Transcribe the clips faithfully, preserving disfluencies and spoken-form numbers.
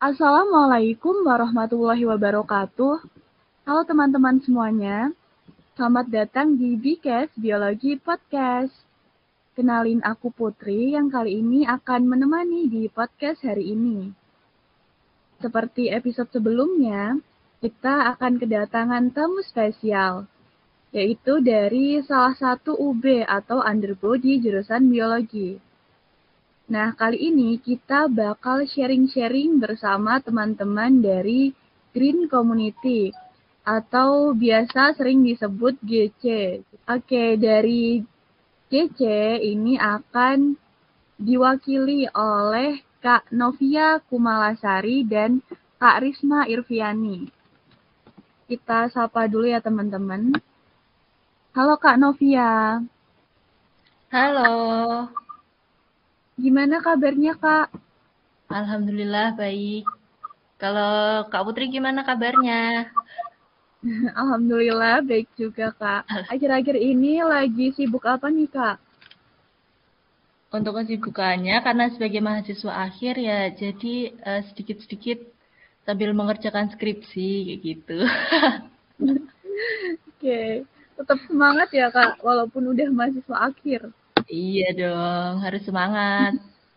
Assalamualaikum warahmatullahi wabarakatuh. Halo teman-teman semuanya, selamat datang di Bikes Biologi Podcast. Kenalin aku Putri yang kali ini akan menemani di podcast hari ini. Seperti episode sebelumnya, kita akan kedatangan tamu spesial, yaitu dari salah satu U B atau underbody jurusan biologi. Nah, kali ini kita bakal sharing-sharing bersama teman-teman dari Green Community atau biasa sering disebut G C. Oke, dari G C ini akan diwakili oleh Kak Novia Kumalasari dan Kak Risma Irviani. Kita sapa dulu ya teman-teman. Halo Kak Novia. Halo. Gimana kabarnya Kak? Alhamdulillah baik. Kalau Kak Putri gimana kabarnya? Alhamdulillah baik juga Kak. Akhir-akhir ini lagi sibuk apa nih Kak? Untuk kesibukannya karena sebagai mahasiswa akhir ya, jadi uh, sedikit-sedikit sambil mengerjakan skripsi kayak gitu. Oke, tetap semangat ya Kak, walaupun udah mahasiswa akhir. Iya dong, harus semangat.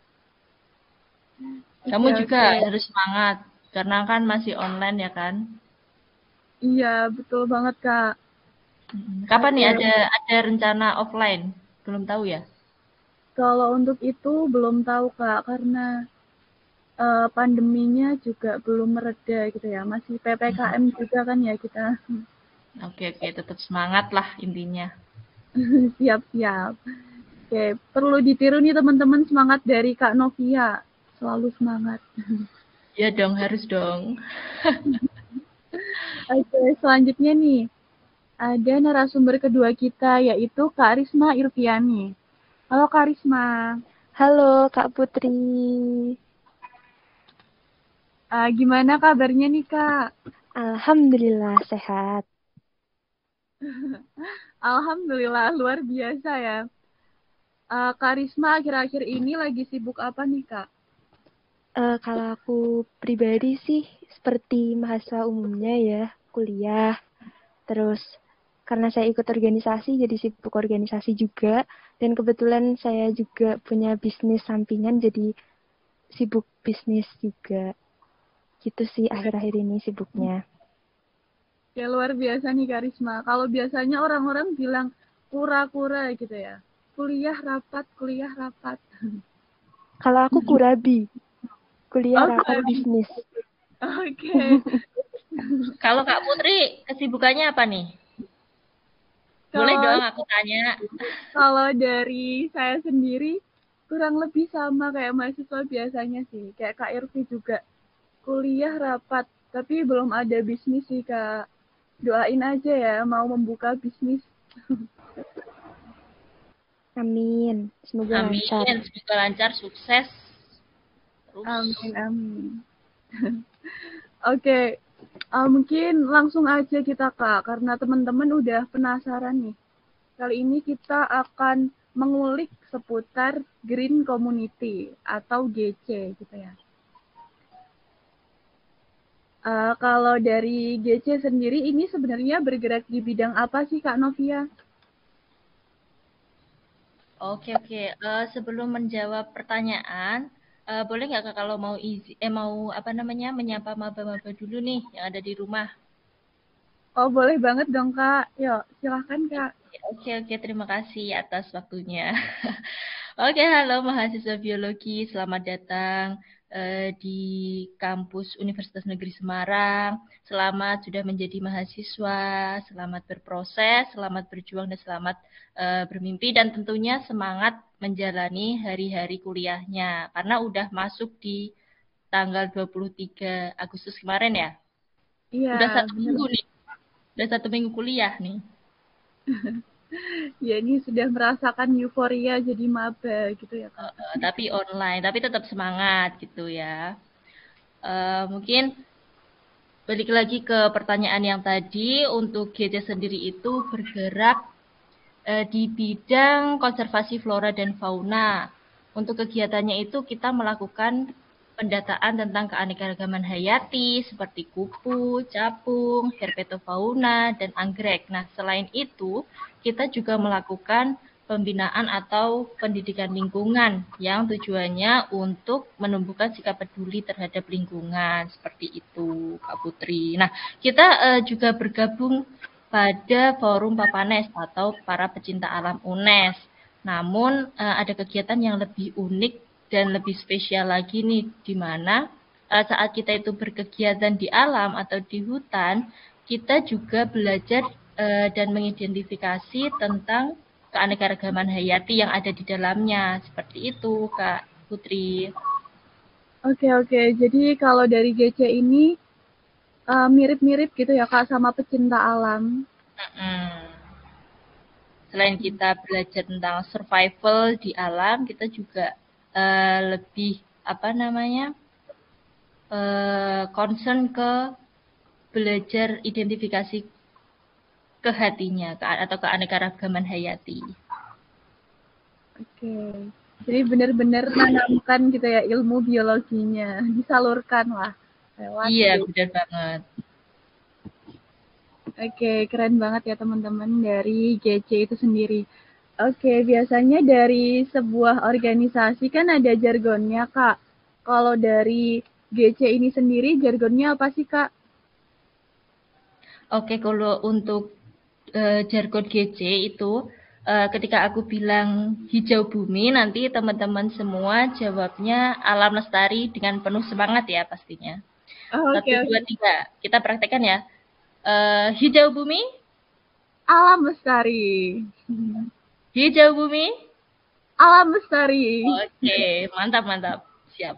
Kamu Oke, juga oke. harus semangat karena kan masih online ya kan? Iya, betul banget Kak. Kapan Oke. nih ada ada rencana offline? Belum tahu ya? Kalau untuk itu belum tahu Kak, karena uh, pandeminya juga belum mereda gitu ya, masih P P K M juga kan ya kita. Oke oke, tetap semangat lah intinya. Siap-siap. Oke, perlu ditiru nih teman-teman semangat dari Kak Novia. Selalu semangat. Ya dong, harus dong. Oke, selanjutnya nih. Ada narasumber kedua kita, yaitu Kak Risma Irviani. Halo Kak Risma. Halo Kak Putri. Uh, gimana kabarnya nih Kak? Alhamdulillah sehat. Alhamdulillah, luar biasa ya. Uh, Kak Risma akhir-akhir ini lagi sibuk apa nih Kak? Uh, kalau aku pribadi sih seperti mahasiswa umumnya ya, kuliah. Terus karena saya ikut organisasi jadi sibuk organisasi juga. Dan kebetulan saya juga punya bisnis sampingan jadi sibuk bisnis juga. Gitu sih akhir-akhir ini sibuknya. Ya luar biasa nih Kak Risma. Kalau biasanya orang-orang bilang kura-kura gitu ya. Kuliah rapat, kuliah rapat. Kalau aku kurabi. Kuliah Oh, rapat bisnis. Oke. Okay. Kalau Kak Putri kesibukannya apa nih? Boleh Kalau, dong aku tanya. Kalau dari saya sendiri kurang lebih sama kayak mahasiswa biasanya sih. Kayak Kak Irvi juga kuliah rapat, tapi belum ada bisnis sih Kak. Doain aja ya mau membuka bisnis. Amin. Semoga Amin. lancar. Semoga lancar, sukses. Terus. Amin, amin. Oke, okay. uh, mungkin langsung aja kita Kak, karena teman-teman udah penasaran nih. Kali ini kita akan mengulik seputar Green Community atau G C gitu ya. Uh, kalau dari G C sendiri ini sebenarnya bergerak di bidang apa sih Kak Novia? Oke oke. Uh, sebelum menjawab pertanyaan, uh, boleh nggak Kak kalau mau izi, eh mau apa namanya menyapa maba-maba dulu nih yang ada di rumah? Oh boleh banget dong Kak. Yuk silahkan Kak. Oke oke. Terima kasih atas waktunya. Oke, halo mahasiswa biologi, selamat datang uh, di kampus Universitas Negeri Semarang. Selamat sudah menjadi mahasiswa, selamat berproses, selamat berjuang, dan selamat uh, bermimpi. Dan tentunya semangat menjalani hari-hari kuliahnya. Karena udah masuk di tanggal dua puluh tiga Agustus kemarin ya? Iya. Udah satu bener. minggu nih. Udah satu minggu kuliah nih. Ya ini sudah merasakan euforia jadi maba gitu ya Kak. Uh, tapi online, tapi tetap semangat gitu ya. Uh, mungkin balik lagi ke pertanyaan yang tadi, untuk G C sendiri itu bergerak uh, di bidang konservasi flora dan fauna. Untuk kegiatannya itu kita melakukan pendataan tentang keanekaragaman hayati seperti kupu, capung, herpetofauna, dan anggrek. Nah, selain itu, kita juga melakukan pembinaan atau pendidikan lingkungan yang tujuannya untuk menumbuhkan sikap peduli terhadap lingkungan. Seperti itu, Kak Putri. Nah, kita uh, juga bergabung pada Forum Papanes atau para pecinta alam U N E S. Namun, uh, ada kegiatan yang lebih unik dan lebih spesial lagi nih, di mana uh, saat kita itu berkegiatan di alam atau di hutan, kita juga belajar uh, dan mengidentifikasi tentang keanekaragaman hayati yang ada di dalamnya. Seperti itu, Kak Putri. Oke, oke. Jadi kalau dari G C ini uh, mirip-mirip gitu ya, Kak, sama pecinta alam. Hmm. Selain kita belajar tentang survival di alam, kita juga uh, lebih apa namanya uh, concern ke belajar identifikasi ke hatinya ke, atau keanekaragaman hayati. Oke, jadi benar-benar menanamkan gitu ya ilmu biologinya, disalurkan lah lewat. Iya, benar banget. Oke, keren banget ya teman-teman dari G C itu sendiri. Oke, biasanya dari sebuah organisasi kan ada jargonnya, Kak. Kalau dari G C ini sendiri jargonnya apa sih, Kak? Oke, kalau untuk uh, jargon G C itu uh, ketika aku bilang hijau bumi, nanti teman-teman semua jawabnya alam lestari dengan penuh semangat ya pastinya. Oh, Satu, okay, dua, okay. tiga. Kita praktekkan ya. Uh, hijau bumi. Alam lestari. Hijau bumi. Alam lestari. Oke, mantap, mantap. Siap.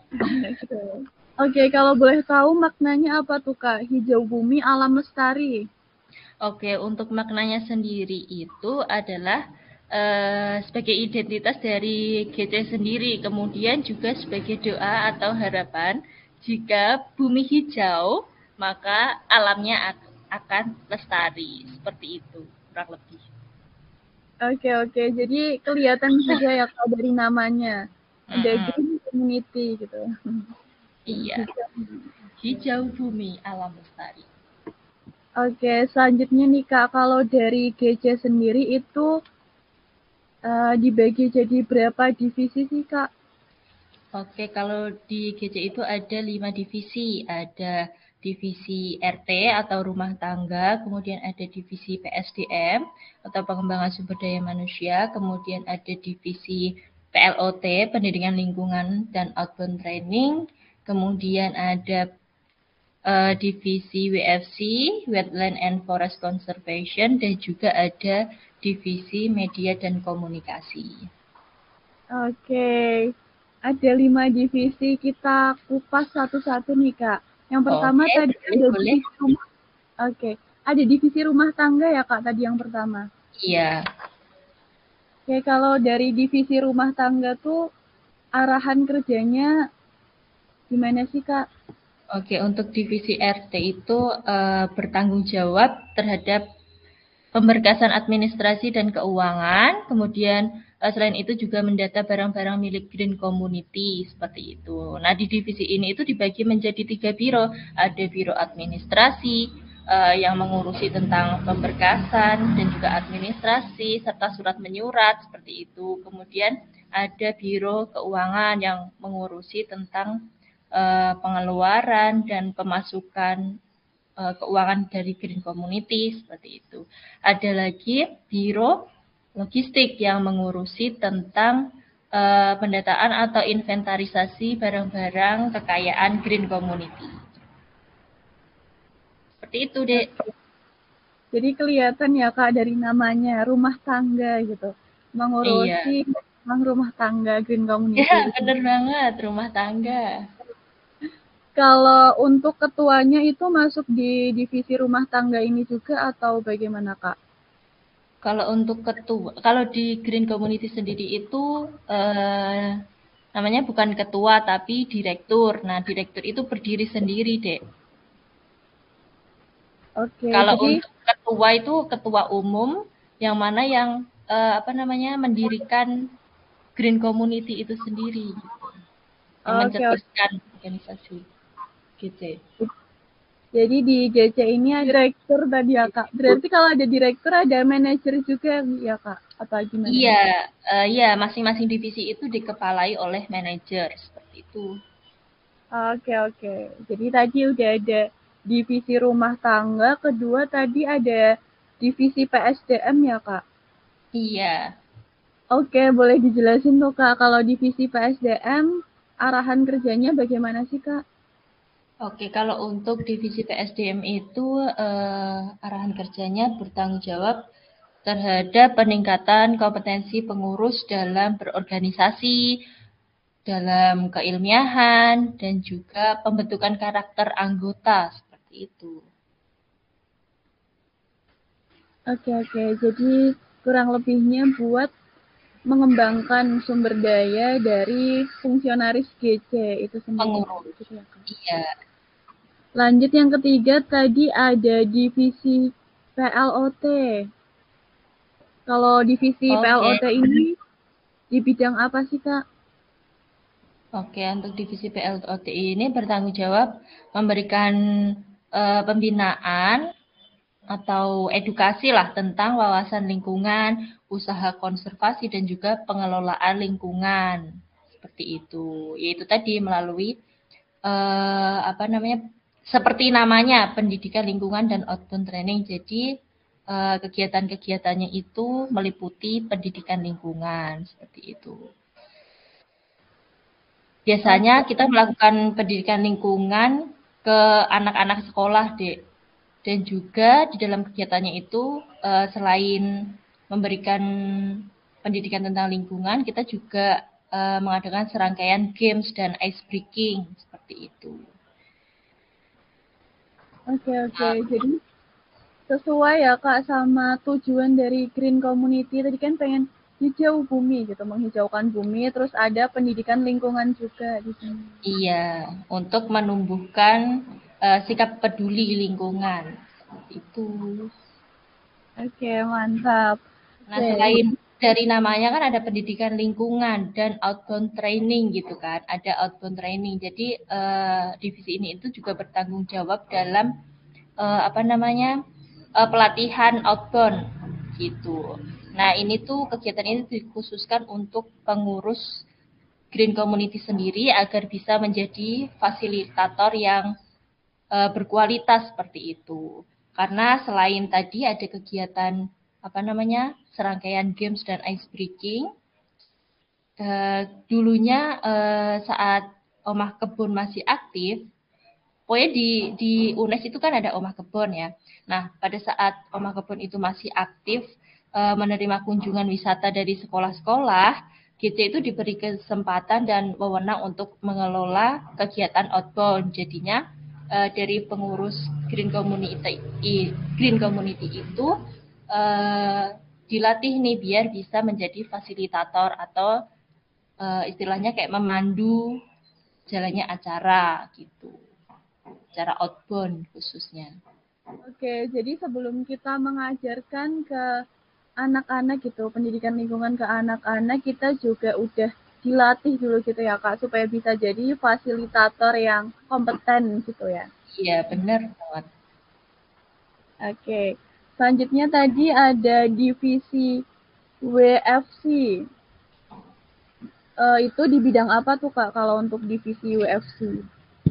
Oke, kalau boleh tahu maknanya apa tuh, Kak? Hijau bumi, alam lestari. Oke, untuk maknanya sendiri itu adalah uh, sebagai identitas dari G C sendiri, kemudian juga sebagai doa atau harapan jika bumi hijau, maka alamnya akan lestari. Seperti itu, kurang lebih. Oke, oke. Jadi kelihatan juga ya Kak dari namanya. Ada mm-hmm. green community gitu. Iya. Hijau bumi, alam lestari. Oke, selanjutnya nih Kak, kalau dari G C sendiri itu uh, dibagi jadi berapa divisi sih Kak? Oke, kalau di G C itu ada lima divisi. Ada divisi R T atau rumah tangga, kemudian ada divisi P S D M atau pengembangan sumber daya manusia, kemudian ada divisi P L O T, pendidikan lingkungan dan outbound training, kemudian ada uh, divisi W F C, Wetland and Forest Conservation, dan juga ada divisi media dan komunikasi. Oke, ada lima divisi, kita kupas satu-satu nih Kak. Yang pertama Oke, tadi boleh, ada boleh. divisi rumah. Oke, ada divisi rumah tangga ya Kak tadi yang pertama. Iya. Oke, kalau dari divisi rumah tangga tuh arahan kerjanya gimana sih Kak? Oke, untuk divisi R T itu uh, bertanggung jawab terhadap pemberkasan administrasi dan keuangan, kemudian uh, selain itu juga mendata barang-barang milik Green Community, seperti itu. Nah, di divisi ini itu dibagi menjadi tiga biro. Ada biro administrasi uh, yang mengurusi tentang pemberkasan dan juga administrasi, serta surat menyurat, seperti itu. Kemudian ada biro keuangan yang mengurusi tentang uh, pengeluaran dan pemasukan keuangan dari Green Community, seperti itu. Ada lagi biro logistik yang mengurusi tentang uh, pendataan atau inventarisasi barang-barang kekayaan Green Community. Seperti itu, Dek. Jadi kelihatan ya Kak dari namanya rumah tangga gitu, mengurusi iya. rumah tangga Green Community. Ya, bener banget, rumah tangga. Kalau untuk ketuanya itu masuk di divisi rumah tangga ini juga atau bagaimana Kak? Kalau untuk ketua, kalau di Green Community sendiri itu eh, namanya bukan ketua tapi direktur. Nah, direktur itu berdiri sendiri, Dek. Oke. Kalau jadi... untuk ketua itu ketua umum yang mana yang eh, apa namanya mendirikan Green Community itu sendiri, gitu. Yang okay, mencetuskan okay. organisasi G C. Jadi di G C ini ada direktur tadi ya Kak. Berarti kalau ada direktur ada manajer juga ya Kak? Atau gimana? Iya, uh, iya masing-masing divisi itu dikepalai oleh manajer seperti itu. Oke oke. Jadi tadi udah ada divisi rumah tangga, kedua tadi ada divisi P S D M ya Kak? Iya. Oke, boleh dijelasin tuh Kak, kalau divisi P S D M arahan kerjanya bagaimana sih Kak? Oke, kalau untuk divisi P S D M itu eh, arahan kerjanya bertanggung jawab terhadap peningkatan kompetensi pengurus dalam berorganisasi, dalam keilmiahan, dan juga pembentukan karakter anggota, seperti itu. Oke, oke. Jadi kurang lebihnya buat mengembangkan sumber daya dari fungsionaris G C itu sendiri. Pengurus. Gitu ya, Kak? Iya. Lanjut yang ketiga, tadi ada divisi P L O T. Kalau divisi okay. P L O T ini di bidang apa sih, Kak? Oke, untuk divisi P L O T ini bertanggung jawab memberikan uh, pembinaan atau edukasi lah tentang wawasan lingkungan, usaha konservasi dan juga pengelolaan lingkungan. Seperti itu. Yaitu tadi melalui uh, apa namanya? Seperti namanya, pendidikan lingkungan dan outbound training. Jadi uh, kegiatan-kegiatannya itu meliputi pendidikan lingkungan, seperti itu. Biasanya kita melakukan pendidikan lingkungan ke anak-anak sekolah, Dek. Dan juga di dalam kegiatannya itu uh, selain memberikan pendidikan tentang lingkungan, kita juga uh, mengadakan serangkaian games dan ice breaking, seperti itu. Oke, oke. Nah, jadi sesuai ya Kak sama tujuan dari Green Community. Tadi kan pengen hijau bumi gitu, menghijaukan bumi, terus ada pendidikan lingkungan juga di sini. Iya, untuk menumbuhkan uh, sikap peduli lingkungan. Itu. Oke, mantap. Nah, okay. Selain dari namanya kan ada pendidikan lingkungan dan outbound training gitu kan. Ada outbound training. Jadi uh, divisi ini itu juga bertanggung jawab dalam uh, apa namanya? Uh, pelatihan outbound gitu. Nah, ini tuh kegiatan ini dikhususkan untuk pengurus Green Community sendiri agar bisa menjadi fasilitator yang uh, berkualitas seperti itu. Karena selain tadi ada kegiatan apa namanya serangkaian games dan ice breaking, uh, dulunya uh, saat Omah Kebun masih aktif, pokoknya di di U N E S itu kan ada Omah Kebun ya. Nah, pada saat Omah Kebun itu masih aktif uh, menerima kunjungan wisata dari sekolah-sekolah, G C itu diberi kesempatan dan wewenang untuk mengelola kegiatan outbound. Jadinya uh, dari pengurus Green Community Green Community itu uh, dilatih nih biar bisa menjadi fasilitator atau uh, istilahnya kayak memandu jalannya acara gitu. Acara outbound khususnya. Oke, jadi sebelum kita mengajarkan ke anak-anak gitu, pendidikan lingkungan ke anak-anak, kita juga udah dilatih dulu gitu ya Kak, supaya bisa jadi fasilitator yang kompeten gitu ya. Iya, benar banget. Oke, selanjutnya tadi ada divisi W F C. Uh, itu di bidang apa tuh Kak kalau untuk divisi W F C?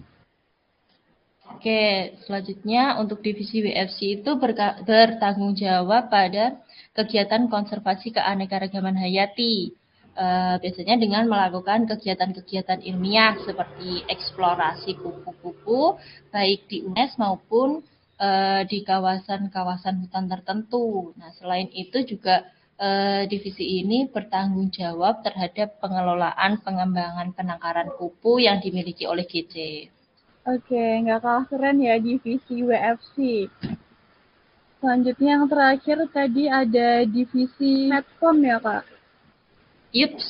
Oke, selanjutnya untuk divisi W F C itu bertanggung jawab pada kegiatan konservasi keanekaragaman hayati. E, biasanya dengan melakukan kegiatan-kegiatan ilmiah seperti eksplorasi kupu-kupu, baik di U N E S maupun e, di kawasan-kawasan hutan tertentu. Nah, selain itu juga e, divisi ini bertanggung jawab terhadap pengelolaan pengembangan penangkaran kupu yang dimiliki oleh G C. Oke, nggak kalah keren ya divisi W F C. Selanjutnya yang terakhir tadi ada divisi Medcom ya Kak? Yups.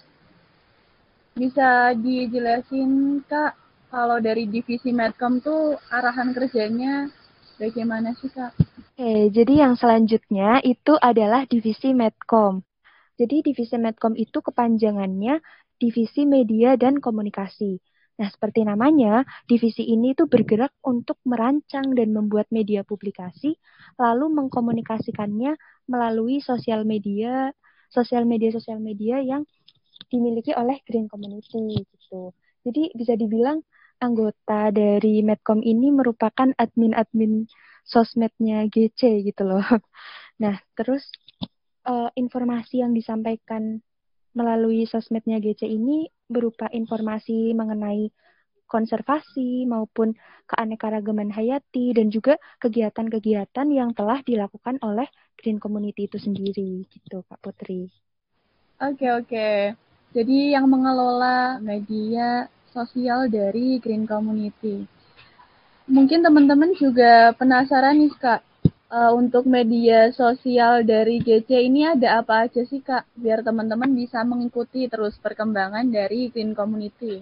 Bisa dijelasin Kak, kalau dari divisi Medcom tuh arahan kerjanya bagaimana sih Kak? Oke, jadi yang selanjutnya itu adalah divisi Medcom. Jadi divisi Medcom itu kepanjangannya Divisi Media dan Komunikasi. Nah, seperti namanya, divisi ini tuh bergerak untuk merancang dan membuat media publikasi, lalu mengkomunikasikannya melalui sosial media, sosial media-sosial media yang dimiliki oleh Green Community gitu. Jadi bisa dibilang anggota dari Medcom ini merupakan admin-admin sosmednya G C gitu loh. Nah, terus uh, informasi yang disampaikan melalui sosmednya G C ini berupa informasi mengenai konservasi maupun keanekaragaman hayati dan juga kegiatan-kegiatan yang telah dilakukan oleh Green Community itu sendiri gitu Kak Putri. Oke, oke. Jadi yang mengelola media sosial dari Green Community. Mungkin teman-teman juga penasaran nih Kak, uh, untuk media sosial dari G C ini ada apa aja sih Kak? Biar teman-teman bisa mengikuti terus perkembangan dari Green Community.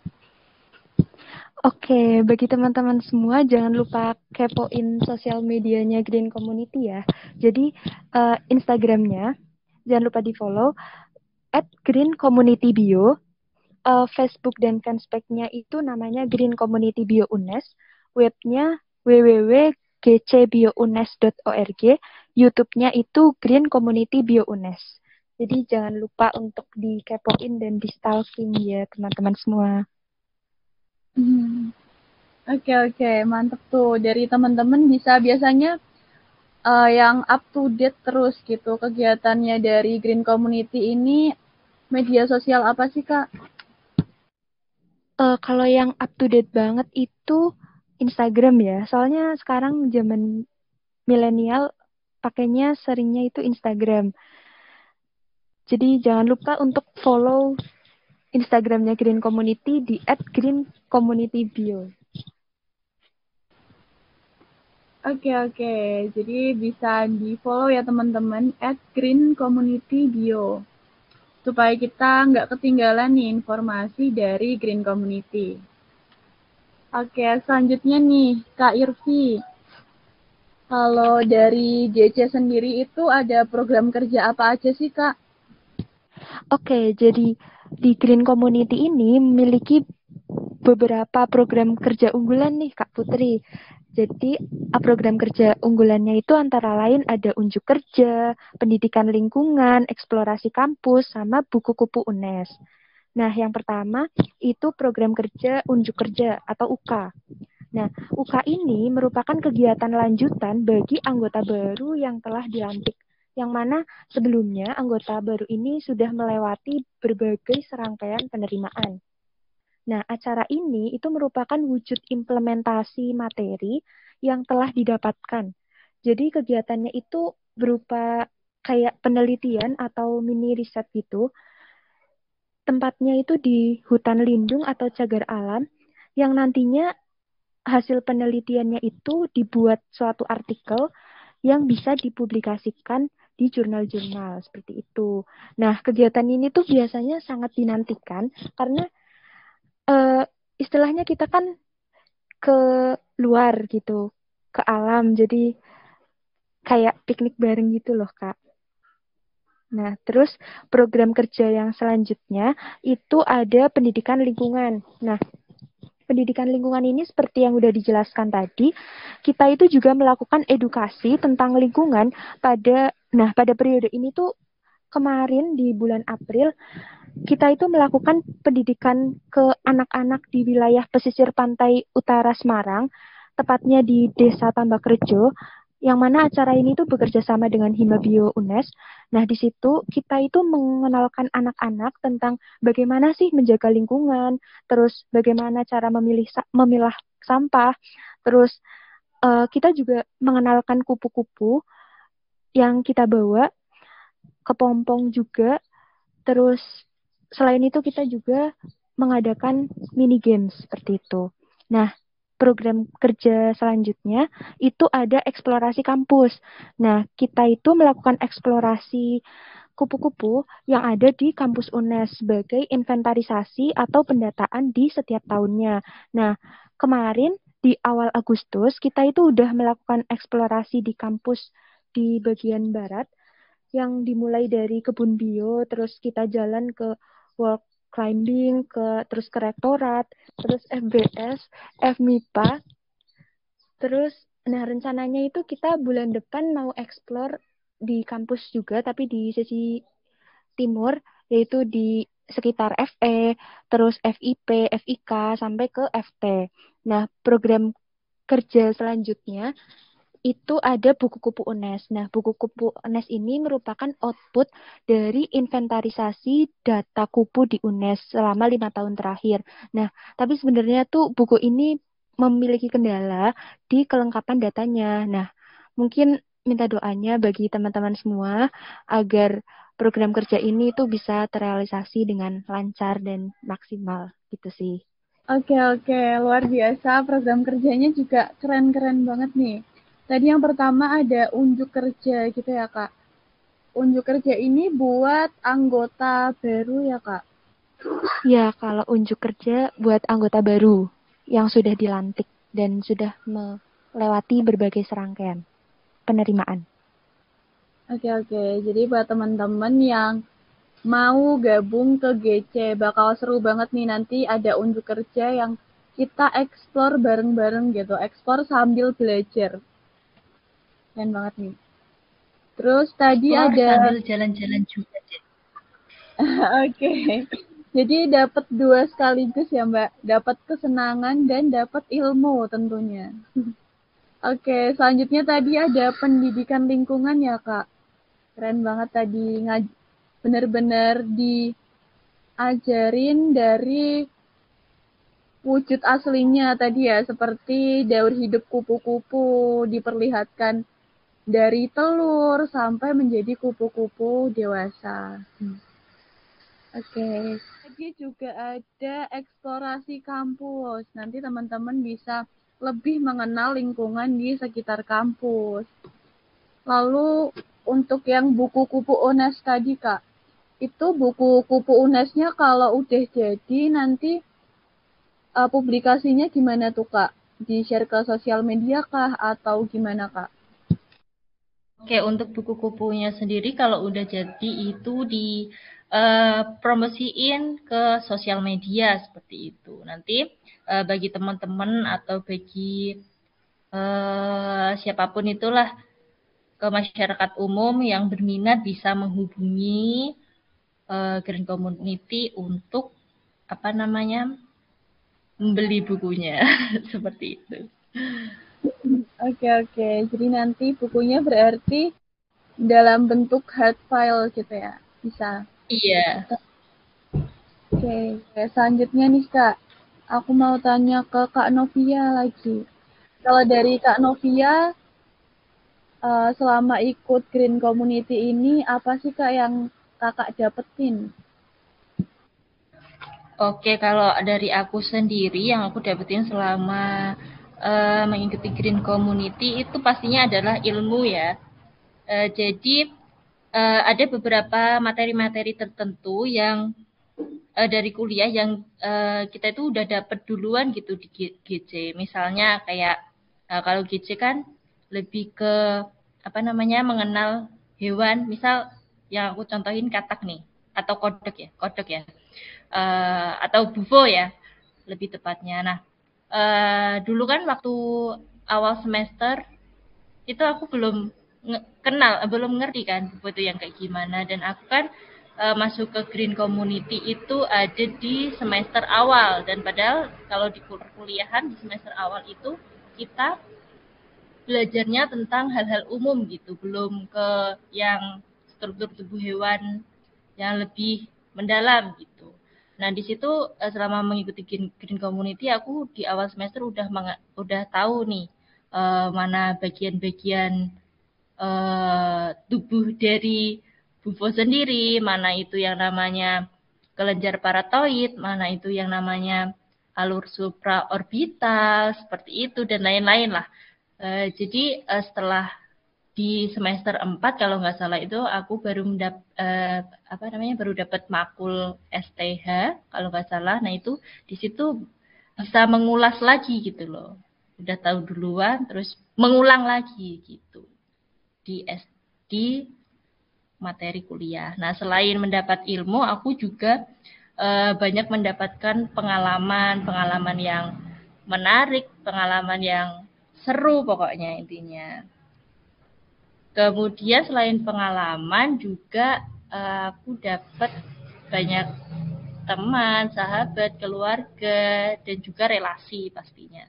Oke, bagi teman-teman semua jangan lupa kepoin sosial medianya Green Community ya. Jadi uh, Instagramnya jangan lupa di follow at Green Community Bio. Uh, Facebook dan fanspage-nya itu namanya Green Community Bio U N E S. Webnya w w w titik g c bio u n e s titik org. YouTube-nya itu Green Community Bio U N E S. Jadi jangan lupa untuk dikepoin dan di stalking ya teman-teman semua. Hmm. Oke, oke, mantep tuh. Dari teman-teman bisa biasanya uh, yang up to date terus gitu kegiatannya dari Green Community ini. Media sosial apa sih Kak? Uh, kalau yang up to date banget itu Instagram ya. Soalnya sekarang zaman milenial pakainya seringnya itu Instagram. Jadi jangan lupa untuk follow Instagramnya Green Community di at green community bio. Oke, oke. Jadi bisa di-follow ya teman-teman at green community bio. Supaya kita nggak ketinggalan nih informasi dari Green Community. Oke, selanjutnya nih Kak Irvi. Kalau dari G C sendiri itu ada program kerja apa aja sih Kak? Oke, jadi di Green Community ini memiliki beberapa program kerja unggulan nih Kak Putri. Jadi program kerja unggulannya itu antara lain ada unjuk kerja, pendidikan lingkungan, eksplorasi kampus, sama buku kupu U N E S. Nah, yang pertama itu program kerja unjuk kerja atau U K. Nah, U K ini merupakan kegiatan lanjutan bagi anggota baru yang telah dilantik, yang mana sebelumnya anggota baru ini sudah melewati berbagai serangkaian penerimaan. Nah, acara ini itu merupakan wujud implementasi materi yang telah didapatkan. Jadi kegiatannya itu berupa kayak penelitian atau mini riset gitu. Tempatnya itu di hutan lindung atau cagar alam yang nantinya hasil penelitiannya itu dibuat suatu artikel yang bisa dipublikasikan di jurnal-jurnal seperti itu. Nah, kegiatan ini tuh biasanya sangat dinantikan karena uh, istilahnya kita kan ke luar gitu, ke alam, jadi kayak piknik bareng gitu loh, Kak. Nah, terus program kerja yang selanjutnya itu ada pendidikan lingkungan. Nah, pendidikan lingkungan ini seperti yang udah dijelaskan tadi, kita itu juga melakukan edukasi tentang lingkungan pada, nah pada periode ini tuh kemarin di bulan April, kita itu melakukan pendidikan ke anak-anak di wilayah pesisir pantai utara Semarang, tepatnya di Desa Tambakrejo, yang mana acara ini tuh bekerja sama dengan Himabio U N E S. Nah, di situ kita itu mengenalkan anak-anak tentang bagaimana sih menjaga lingkungan, terus bagaimana cara memilih memilah sampah, terus uh, kita juga mengenalkan kupu-kupu yang kita bawa, kepompong juga, terus selain itu kita juga mengadakan mini games seperti itu. Nah, program kerja selanjutnya itu ada eksplorasi kampus. Nah, kita itu melakukan eksplorasi kupu-kupu yang ada di kampus U N E S sebagai inventarisasi atau pendataan di setiap tahunnya. Nah, kemarin di awal Agustus kita itu udah melakukan eksplorasi di kampus di bagian barat yang dimulai dari kebun bio, terus kita jalan ke World climbing, ke terus ke rektorat, terus F B S, F M I P A. Terus, nah rencananya itu kita bulan depan mau explore di kampus juga, tapi di sisi timur, yaitu di sekitar F E, terus F I P, F I K, sampai ke F T. Nah, program kerja selanjutnya itu ada buku kupu U N E S. Nah, buku kupu U N E S ini merupakan output dari inventarisasi data kupu di U N E S selama lima tahun terakhir. Nah, tapi sebenarnya tuh buku ini memiliki kendala di kelengkapan datanya. Nah, mungkin minta doanya bagi teman-teman semua agar program kerja ini tuh bisa terrealisasi dengan lancar dan maksimal gitu sih. Oke, oke, luar biasa. Program kerjanya juga keren-keren banget nih. Tadi yang pertama ada unjuk kerja gitu ya, Kak. Unjuk kerja ini buat anggota baru ya, Kak? Ya, kalau unjuk kerja buat anggota baru yang sudah dilantik dan sudah melewati berbagai serangkaian penerimaan. Oke, oke. Jadi buat teman-teman yang mau gabung ke G C, bakal seru banget nih nanti ada unjuk kerja yang kita explore bareng-bareng gitu. Explore sambil belajar. Keren banget nih. Terus tadi Explore ada... sambil jalan-jalan juga, Cik. Oke. Jadi dapat dua sekaligus ya, Mbak. Dapat kesenangan dan dapat ilmu tentunya. Oke, selanjutnya tadi ada pendidikan lingkungan ya, Kak. Keren banget tadi, ngaj- bener-bener diajarin dari wujud aslinya tadi ya, seperti daur hidup kupu-kupu, diperlihatkan dari telur sampai menjadi kupu-kupu dewasa. Hmm. Oke, tadi juga ada eksplorasi kampus. Nanti teman-teman bisa lebih mengenal lingkungan di sekitar kampus. Lalu untuk yang buku kupu U N E S tadi, Kak, itu buku kupu U N E S-nya kalau udah jadi nanti uh, publikasinya gimana tuh, Kak? Di-share ke sosial media kah atau gimana, Kak? Oke, untuk buku kupunya sendiri kalau udah jadi itu di uh, promosiin ke sosial media seperti itu. Nanti uh, bagi teman-teman atau bagi uh, siapapun itulah ke masyarakat umum yang berminat bisa menghubungi uh, Green Community untuk apa namanya membeli bukunya seperti itu. Oke, oke. Jadi nanti bukunya berarti dalam bentuk hard file gitu ya? Bisa? Iya. Oke, selanjutnya nih, Kak. Aku mau tanya ke Kak Novia lagi. Kalau dari Kak Novia, uh, selama ikut Green Community ini, apa sih, Kak, yang Kakak dapetin? Oke, kalau dari aku sendiri yang aku dapetin selama uh, mengikuti Green Community itu pastinya adalah ilmu ya. Uh, jadi uh, ada beberapa materi-materi tertentu yang uh, dari kuliah yang uh, kita itu udah dapet duluan gitu di G C. Misalnya kayak uh, kalau G C kan lebih ke apa namanya mengenal hewan. Misal yang aku contohin katak nih atau kodok ya, kodok ya. Uh, atau bufo ya lebih tepatnya. Nah, uh, dulu kan waktu awal semester itu aku belum kenal, belum ngerti kan bufo itu yang kayak gimana. Dan aku kan uh, masuk ke Green Community itu ada di semester awal. Dan padahal kalau di kuliahan di semester awal itu kita belajarnya tentang hal-hal umum gitu, belum ke yang struktur tubuh hewan yang lebih mendalam gitu. Nah, di situ selama mengikuti Green Community aku di awal semester udah udah tahu nih uh, mana bagian-bagian uh, tubuh dari bufo sendiri, mana itu yang namanya kelenjar paratoid, mana itu yang namanya alur supraorbital, seperti itu dan lain-lain lah. Uh, jadi uh, setelah di semester empat kalau nggak salah itu aku baru mendap, eh, apa namanya baru dapat makul S T H kalau nggak salah. Nah itu di situ bisa mengulas lagi gitu loh. Udah tahu duluan terus mengulang lagi gitu di S di materi kuliah. Nah selain mendapat ilmu aku juga uh, banyak mendapatkan pengalaman-pengalaman yang menarik, pengalaman yang seru pokoknya intinya. Kemudian selain pengalaman juga uh, aku dapat banyak teman, sahabat, keluarga, dan juga relasi pastinya.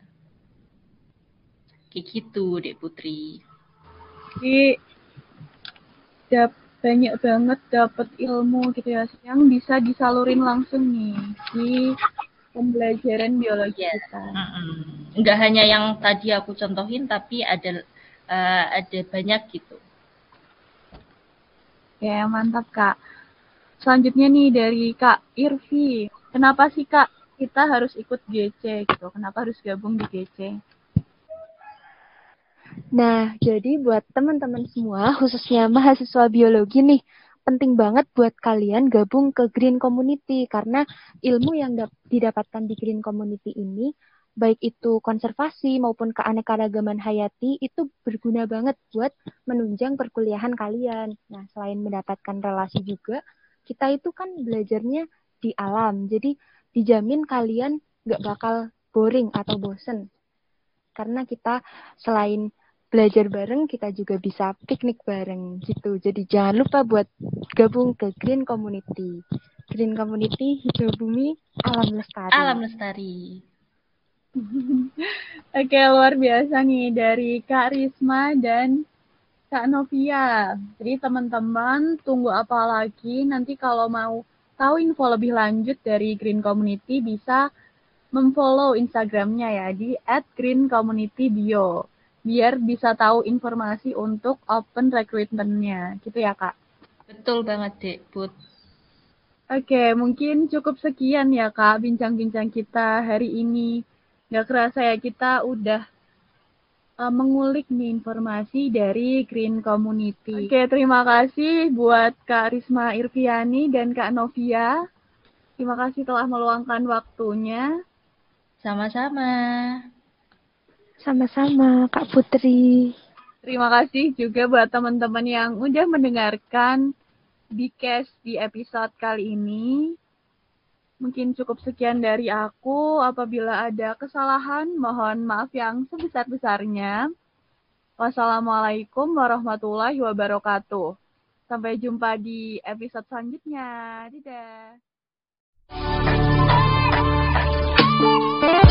Kayak gitu, Dek Putri. Jadi dap, banyak banget dapat ilmu gitu ya, yang bisa disalurin langsung nih di pembelajaran biologi yeah. kita. Mm-mm. Nggak hanya yang tadi aku contohin, tapi ada uh, ada banyak gitu. Ya, mantap Kak. Selanjutnya nih dari Kak Irvi. Kenapa sih Kak kita harus ikut G C gitu? Kenapa harus gabung di G C? Nah, jadi buat teman-teman semua, khususnya mahasiswa biologi nih, penting banget buat kalian gabung ke Green Community karena ilmu yang didapatkan di Green Community ini, baik itu konservasi maupun keanekaragaman hayati, itu berguna banget buat menunjang perkuliahan kalian. Nah, selain mendapatkan relasi juga, kita itu kan belajarnya di alam, jadi dijamin kalian nggak bakal boring atau bosen. Karena kita selain belajar bareng, kita juga bisa piknik bareng gitu. Jadi jangan lupa buat gabung ke Green Community. Green Community, hijau bumi, alam lestari. Alam lestari. Oke, luar biasa nih dari Kak Risma dan Kak Novia. Jadi teman-teman tunggu apa lagi? Nanti kalau mau tahu info lebih lanjut dari Green Community bisa memfollow Instagramnya ya di at green community bio biar bisa tahu informasi untuk open recruitment-nya gitu ya Kak. Betul banget Dek Put. Oke, mungkin cukup sekian ya Kak bincang-bincang kita hari ini. Gak kerasa ya kita udah uh, mengulik nih informasi dari Green Community. Oke, terima kasih buat Kak Risma Irviani dan Kak Novia. Terima kasih telah meluangkan waktunya. Sama-sama. Sama-sama, Kak Putri. Terima kasih juga buat teman-teman yang udah mendengarkan Bcast di episode kali ini. Mungkin cukup sekian dari aku. Apabila ada kesalahan, mohon maaf yang sebesar-besarnya. Wassalamualaikum warahmatullahi wabarakatuh. Sampai jumpa di episode selanjutnya. Dadah.